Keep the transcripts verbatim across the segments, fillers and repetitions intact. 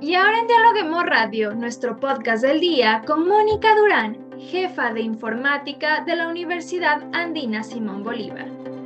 Y ahora en Dialoguemos Radio, nuestro podcast del día con Mónica Durán, jefa de informática de la Universidad Andina Simón Bolívar.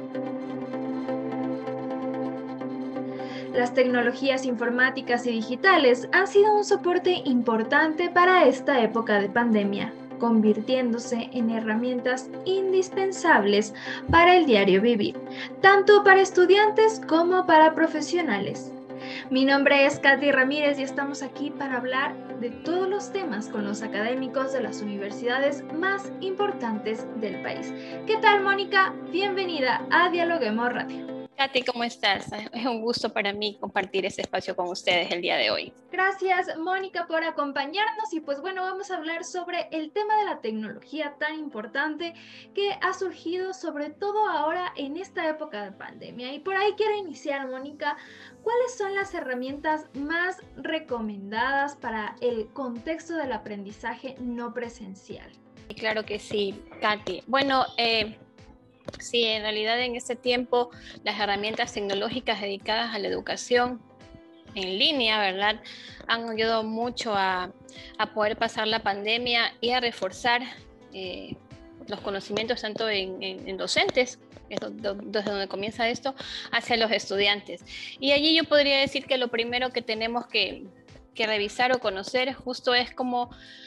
Las tecnologías informáticas y digitales han sido un soporte importante para esta época de pandemia, convirtiéndose en herramientas indispensables para el diario vivir, tanto para estudiantes como para profesionales. Mi nombre es Katy Ramírez y estamos aquí para hablar de todos los temas con los académicos de las universidades más importantes del país. ¿Qué tal, Mónica? Bienvenida a Dialoguemos Radio. Katy, ¿cómo estás? Es un gusto para mí compartir este espacio con ustedes el día de hoy. Gracias, Mónica, por acompañarnos y pues bueno, vamos a hablar sobre el tema de la tecnología tan importante que ha surgido sobre todo ahora en esta época de pandemia. Y por ahí quiero iniciar, Mónica, ¿cuáles son las herramientas más recomendadas para el contexto del aprendizaje no presencial? Claro que sí, Katy. Bueno, eh, sí, en realidad en este tiempo las herramientas tecnológicas dedicadas a la educación en línea, ¿verdad?, han ayudado mucho a, a poder pasar la pandemia y a reforzar eh, los conocimientos tanto en, en, en docentes, que es desde donde comienza esto, hacia los estudiantes. Y allí yo podría decir que lo primero que tenemos que, que revisar o conocer justo es como,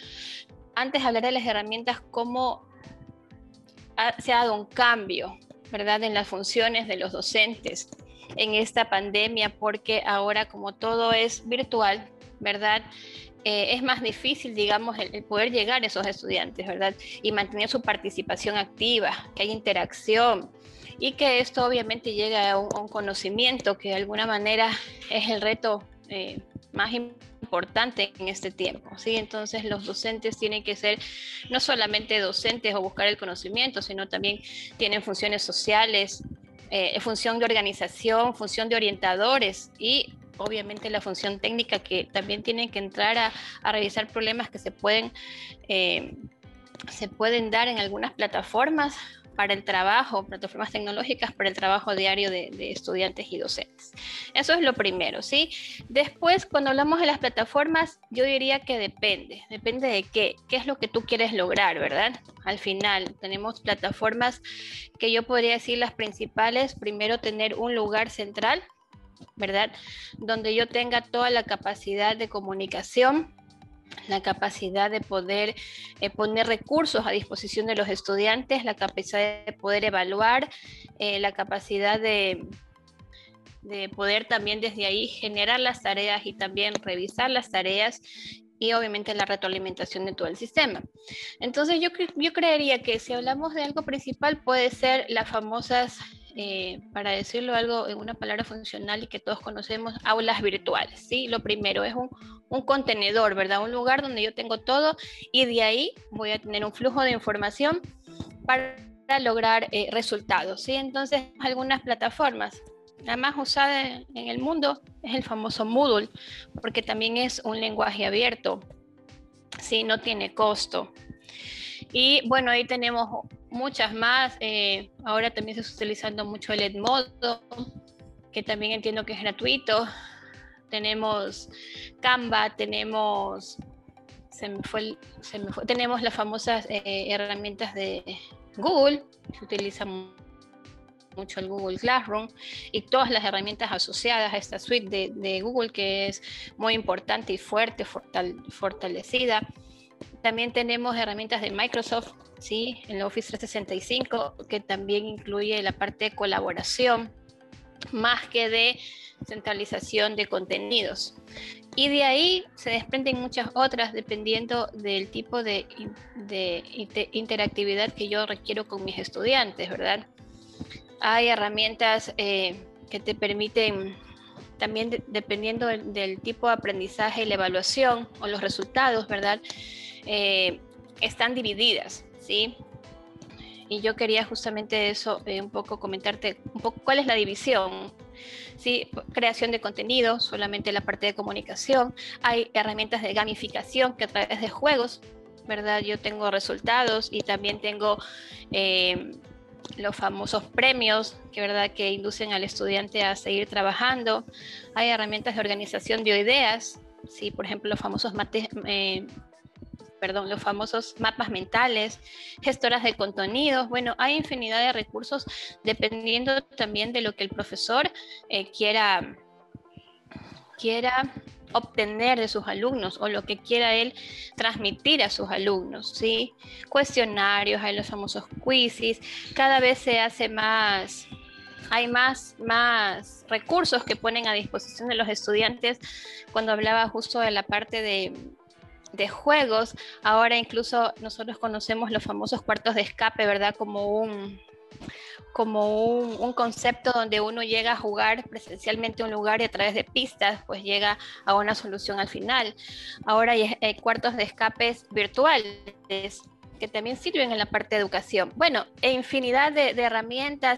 antes de hablar de las herramientas, cómo ha, se ha dado un cambio, ¿verdad?, en las funciones de los docentes en esta pandemia, porque ahora como todo es virtual, ¿verdad?, eh, es más difícil, digamos, el, el poder llegar a esos estudiantes, ¿verdad?, y mantener su participación activa, que haya interacción y que esto obviamente llegue a un, a un conocimiento que de alguna manera es el reto eh, más importante en este tiempo, ¿sí? Entonces los docentes tienen que ser no solamente docentes o buscar el conocimiento, sino también tienen funciones sociales, Eh, función de organización, función de orientadores y obviamente la función técnica, que también tienen que entrar a, a revisar problemas que se pueden, eh, se pueden dar en algunas plataformas para el trabajo, plataformas tecnológicas para el trabajo diario de, de estudiantes y docentes. Eso es lo primero, ¿sí? Después, cuando hablamos de las plataformas, yo diría que depende, depende de qué, qué es lo que tú quieres lograr, ¿verdad? Al final, tenemos plataformas que yo podría decir las principales, primero tener un lugar central, ¿verdad?, donde yo tenga toda la capacidad de comunicación, la capacidad de poder eh, poner recursos a disposición de los estudiantes, la capacidad de poder evaluar, eh, la capacidad de, de poder también desde ahí generar las tareas y también revisar las tareas y obviamente la retroalimentación de todo el sistema. Entonces yo, yo creería que si hablamos de algo principal puede ser las famosas, eh, para decirlo algo en una palabra funcional y que todos conocemos, aulas virtuales, ¿sí? Lo primero es un, un contenedor, ¿verdad? Un lugar donde yo tengo todo y de ahí voy a tener un flujo de información para lograr eh, resultados, ¿sí? Entonces algunas plataformas, la más usada en el mundo es el famoso Moodle, porque también es un lenguaje abierto, ¿sí? No tiene costo. Y bueno, ahí tenemos muchas más. Eh, ahora también se está utilizando mucho el Edmodo, que también entiendo que es gratuito. Tenemos Canva, tenemos, se me fue, se me fue, tenemos las famosas eh, herramientas de Google, que utilizan mucho el Google Classroom y todas las herramientas asociadas a esta suite de, de Google, que es muy importante y fuerte, fortal, fortalecida. También tenemos herramientas de Microsoft, ¿sí?, en el Office trescientos sesenta y cinco, que también incluye la parte de colaboración, más que de centralización de contenidos. Y de ahí se desprenden muchas otras dependiendo del tipo de, de interactividad que yo requiero con mis estudiantes, ¿verdad? Hay herramientas eh, que te permiten, también de, dependiendo del, del tipo de aprendizaje y la evaluación o los resultados, ¿verdad?, eh, están divididas, ¿sí? Y yo quería justamente eso, eh, un poco comentarte un poco cuál es la división, ¿sí? Creación de contenido, solamente la parte de comunicación. Hay herramientas de gamificación que a través de juegos, ¿verdad?, yo tengo resultados y también tengo eh, los famosos premios que, ¿verdad?, que inducen al estudiante a seguir trabajando. Hay herramientas de organización de ideas, ¿sí? Por ejemplo, los famosos mates, eh, perdón, los famosos mapas mentales, gestoras de contenidos. Bueno, hay infinidad de recursos dependiendo también de lo que el profesor eh, quiera, quiera obtener de sus alumnos o lo que quiera él transmitir a sus alumnos, ¿sí? Cuestionarios, hay los famosos quizzes, cada vez se hace más, hay más, más recursos que ponen a disposición de los estudiantes. Cuando hablaba justo de la parte de, de juegos, ahora incluso nosotros conocemos los famosos cuartos de escape, ¿verdad? Como un... como un, un concepto donde uno llega a jugar presencialmente a un lugar y a través de pistas pues llega a una solución al final. Ahora hay, hay cuartos de escapes virtuales que también sirven en la parte de educación. Bueno, e infinidad de, de herramientas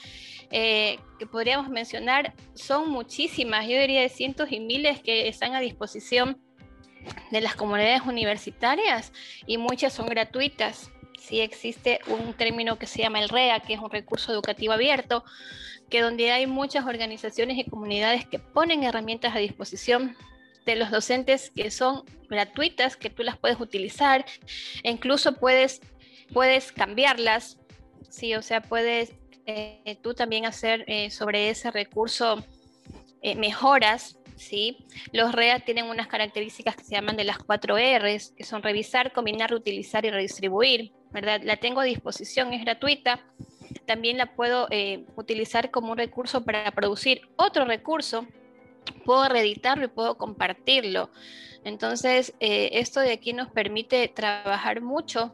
eh, que podríamos mencionar, son muchísimas, yo diría de cientos y miles que están a disposición de las comunidades universitarias y muchas son gratuitas. Sí existe un término que se llama el R E A, que es un recurso educativo abierto, que donde hay muchas organizaciones y comunidades que ponen herramientas a disposición de los docentes que son gratuitas, que tú las puedes utilizar e incluso puedes, puedes cambiarlas, sí, o sea, puedes eh, tú también hacer eh, sobre ese recurso eh, mejoras. ¿Sí? Los R E A tienen unas características que se llaman de las cuatro R's, que son revisar, combinar, reutilizar y redistribuir, ¿verdad? La tengo a disposición, es gratuita. También la puedo eh, utilizar como un recurso para producir otro recurso. Puedo reeditarlo y puedo compartirlo. Entonces, eh, esto de aquí nos permite trabajar mucho,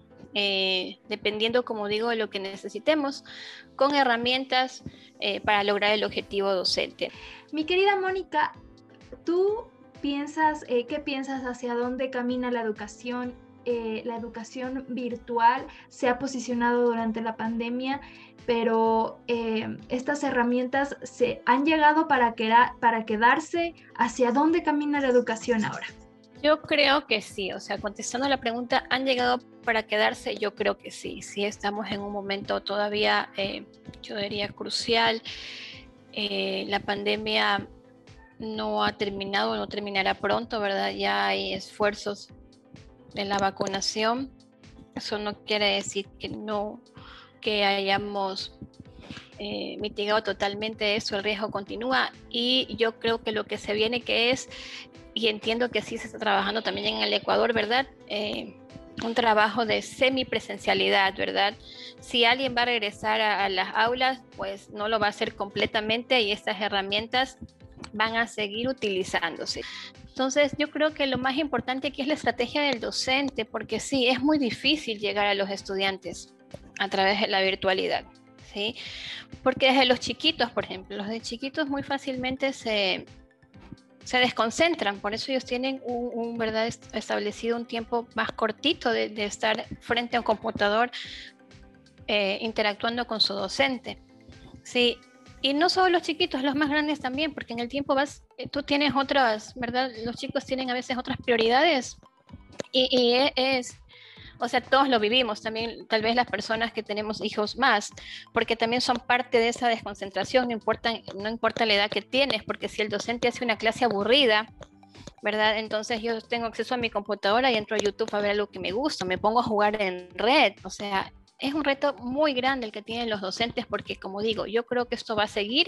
eh, dependiendo, como digo, de lo que necesitemos, con herramientas eh, para lograr el objetivo docente. Mi querida Mónica, ¿tú piensas, eh, qué piensas hacia dónde camina la educación? Eh, la educación virtual se ha posicionado durante la pandemia, pero eh, estas herramientas se han llegado para, queda, para quedarse. ¿Hacia dónde camina la educación ahora? Yo creo que sí, o sea, contestando la pregunta, ¿han llegado para quedarse? Yo creo que sí, sí estamos en un momento todavía, eh, yo diría, crucial. Eh, la pandemia no ha terminado, no terminará pronto, ¿verdad? Ya hay esfuerzos de la vacunación. Eso no quiere decir que no, que hayamos eh, mitigado totalmente eso, el riesgo continúa y yo creo que lo que se viene que es, y entiendo que sí se está trabajando también en el Ecuador, ¿verdad? Eh, un trabajo de semipresencialidad, ¿verdad? Si alguien va a regresar a, a las aulas, pues no lo va a hacer completamente y estas herramientas van a seguir utilizándose. Entonces, yo creo que lo más importante aquí es la estrategia del docente, porque sí, es muy difícil llegar a los estudiantes a través de la virtualidad, ¿sí? Porque desde los chiquitos, por ejemplo, los de chiquitos muy fácilmente se... se desconcentran, por eso ellos tienen un, un verdad establecido un tiempo más cortito de, de estar frente a un computador eh, interactuando con su docente. Sí, y no solo los chiquitos, los más grandes también, porque en el tiempo vas, tú tienes otras, ¿verdad? Los chicos tienen a veces otras prioridades y, y es... O sea, todos lo vivimos, también tal vez las personas que tenemos hijos más, porque también son parte de esa desconcentración, no importa, no importa la edad que tienes, porque si el docente hace una clase aburrida, ¿verdad? Entonces yo tengo acceso a mi computadora y entro a YouTube a ver algo que me gusta, me pongo a jugar en red, o sea, es un reto muy grande el que tienen los docentes, porque como digo, yo creo que esto va a seguir.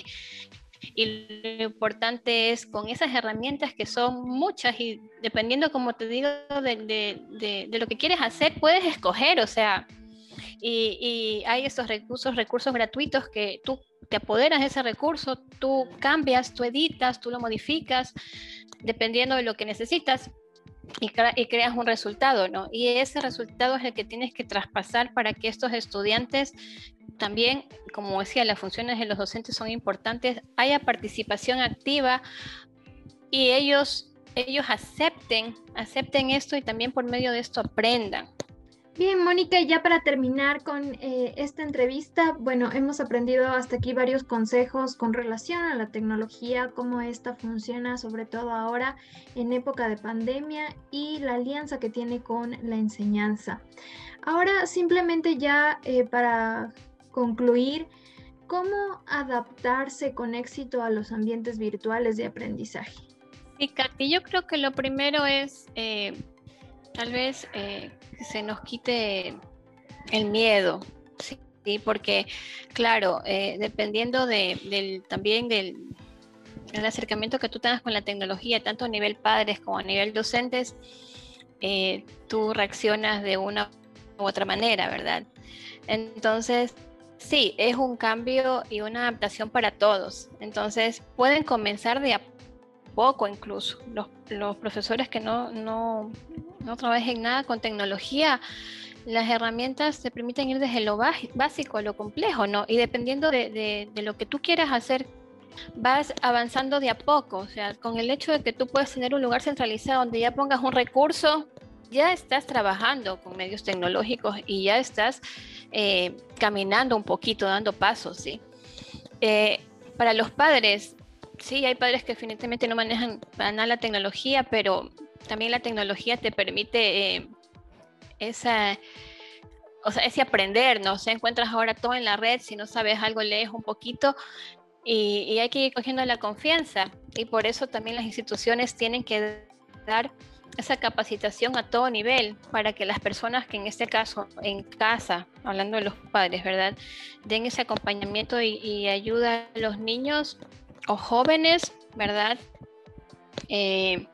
Y lo importante es con esas herramientas que son muchas y dependiendo, como te digo, de, de, de, de lo que quieres hacer, puedes escoger, o sea, y, y hay esos recursos, recursos gratuitos que tú te apoderas de ese recurso, tú cambias, tú editas, tú lo modificas, dependiendo de lo que necesitas. Y, cre y creas un resultado, ¿no? Y ese resultado es el que tienes que traspasar para que estos estudiantes también, como decía, las funciones de los docentes son importantes, haya participación activa y ellos, ellos acepten, acepten esto y también por medio de esto aprendan. Bien, Mónica, ya para terminar con eh, esta entrevista, bueno, hemos aprendido hasta aquí varios consejos con relación a la tecnología, cómo esta funciona, sobre todo ahora en época de pandemia y la alianza que tiene con la enseñanza. Ahora, simplemente ya eh, para concluir, ¿cómo adaptarse con éxito a los ambientes virtuales de aprendizaje? Sí, Katy, yo creo que lo primero es eh, tal vez eh, que se nos quite el miedo, ¿sí? Sí, porque claro, eh, dependiendo de, del, también del el acercamiento que tú tengas con la tecnología, tanto a nivel padres como a nivel docentes, eh, tú reaccionas de una u otra manera, ¿verdad? Entonces, sí, es un cambio y una adaptación para todos. Entonces, pueden comenzar de a poco incluso. Los, los profesores que no, no, no trabajen nada con tecnología, las herramientas te permiten ir desde lo básico a lo complejo, ¿no? Y dependiendo de, de, de lo que tú quieras hacer, vas avanzando de a poco. O sea, con el hecho de que tú puedes tener un lugar centralizado donde ya pongas un recurso, ya estás trabajando con medios tecnológicos y ya estás eh, caminando un poquito, dando pasos, ¿sí? Eh, para los padres, sí, hay padres que definitivamente no manejan para nada la tecnología, pero también la tecnología te permite eh, esa, o sea, ese aprender, ¿no? O sea, encuentras ahora todo en la red, si no sabes algo, lees un poquito y, y hay que ir cogiendo la confianza. Y por eso también las instituciones tienen que dar esa capacitación a todo nivel para que las personas que en este caso en casa, hablando de los padres, ¿verdad?, den ese acompañamiento y, y ayuda a los niños o jóvenes, ¿verdad?, eh,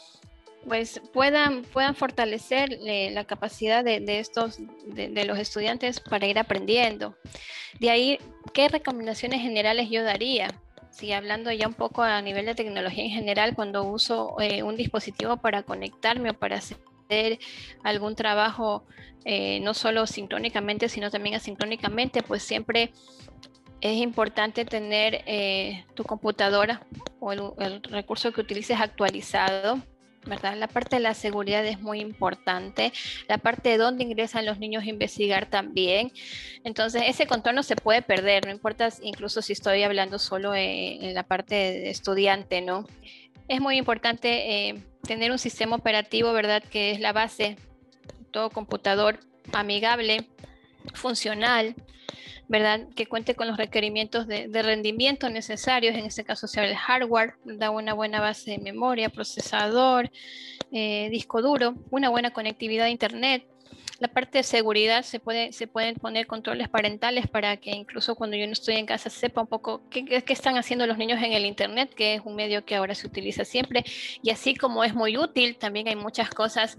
pues puedan, puedan fortalecer eh, la capacidad de, de estos, de, de los estudiantes para ir aprendiendo. De ahí, ¿qué recomendaciones generales yo daría? Sí, hablando ya un poco a nivel de tecnología en general, cuando uso eh, un dispositivo para conectarme o para hacer algún trabajo, eh, no solo sincrónicamente, sino también asincrónicamente, pues siempre es importante tener eh, tu computadora o el, el recurso que utilices actualizado, ¿verdad? La parte de la seguridad es muy importante, la parte de dónde ingresan los niños a investigar también. Entonces, ese control no se puede perder, no importa incluso si estoy hablando solo en, en la parte de estudiante, ¿no? Es muy importante eh, tener un sistema operativo, ¿verdad?, que es la base, todo computador amigable, funcional, ¿verdad?, que cuente con los requerimientos de, de rendimiento necesarios, en este caso sea el hardware, da una buena base de memoria, procesador, eh, disco duro, una buena conectividad a internet. La parte de seguridad, se, puede, se pueden poner controles parentales para que incluso cuando yo no estoy en casa sepa un poco qué, qué están haciendo los niños en el internet, que es un medio que ahora se utiliza siempre, y así como es muy útil, también hay muchas cosas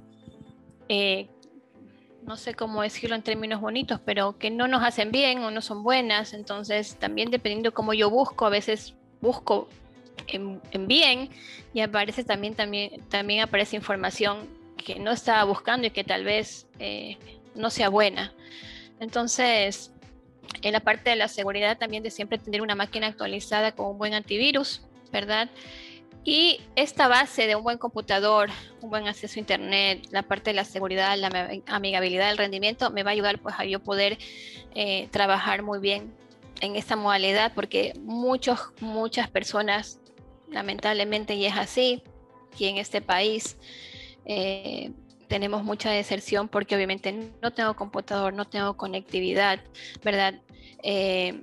eh, no sé cómo decirlo en términos bonitos, pero que no nos hacen bien o no son buenas. Entonces, también dependiendo cómo yo busco, a veces busco en, en bien y aparece también, también, también aparece información que no estaba buscando y que tal vez eh, no sea buena. Entonces, en la parte de la seguridad también de siempre tener una máquina actualizada con un buen antivirus, ¿verdad? Y esta base de un buen computador, un buen acceso a internet, la parte de la seguridad, la amigabilidad, el rendimiento, me va a ayudar pues a yo poder eh, trabajar muy bien en esta modalidad, porque muchos, muchas personas, lamentablemente, y es así, y en este país eh, tenemos mucha deserción porque obviamente no tengo computador, no tengo conectividad, ¿verdad? Eh,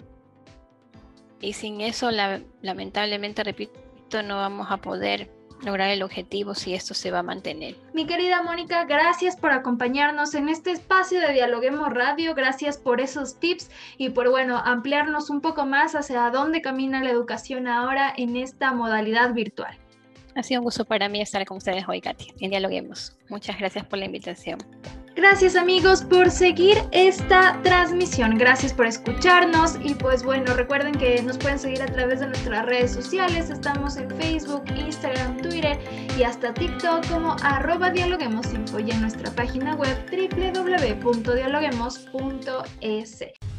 y sin eso, la, lamentablemente, repito, no vamos a poder lograr el objetivo si esto se va a mantener. Mi querida Mónica, gracias por acompañarnos en este espacio de Dialoguemos Radio, gracias por esos tips y por, bueno, ampliarnos un poco más hacia dónde camina la educación ahora en esta modalidad virtual. Ha sido un gusto para mí estar con ustedes hoy, Katy, en Dialoguemos. Muchas gracias por la invitación. Gracias amigos por seguir esta transmisión, gracias por escucharnos y pues bueno, recuerden que nos pueden seguir a través de nuestras redes sociales, estamos en Facebook, Instagram, Twitter y hasta TikTok como arroba dialoguemosinfo y en nuestra página web doble u doble u doble u punto dialoguemos punto es.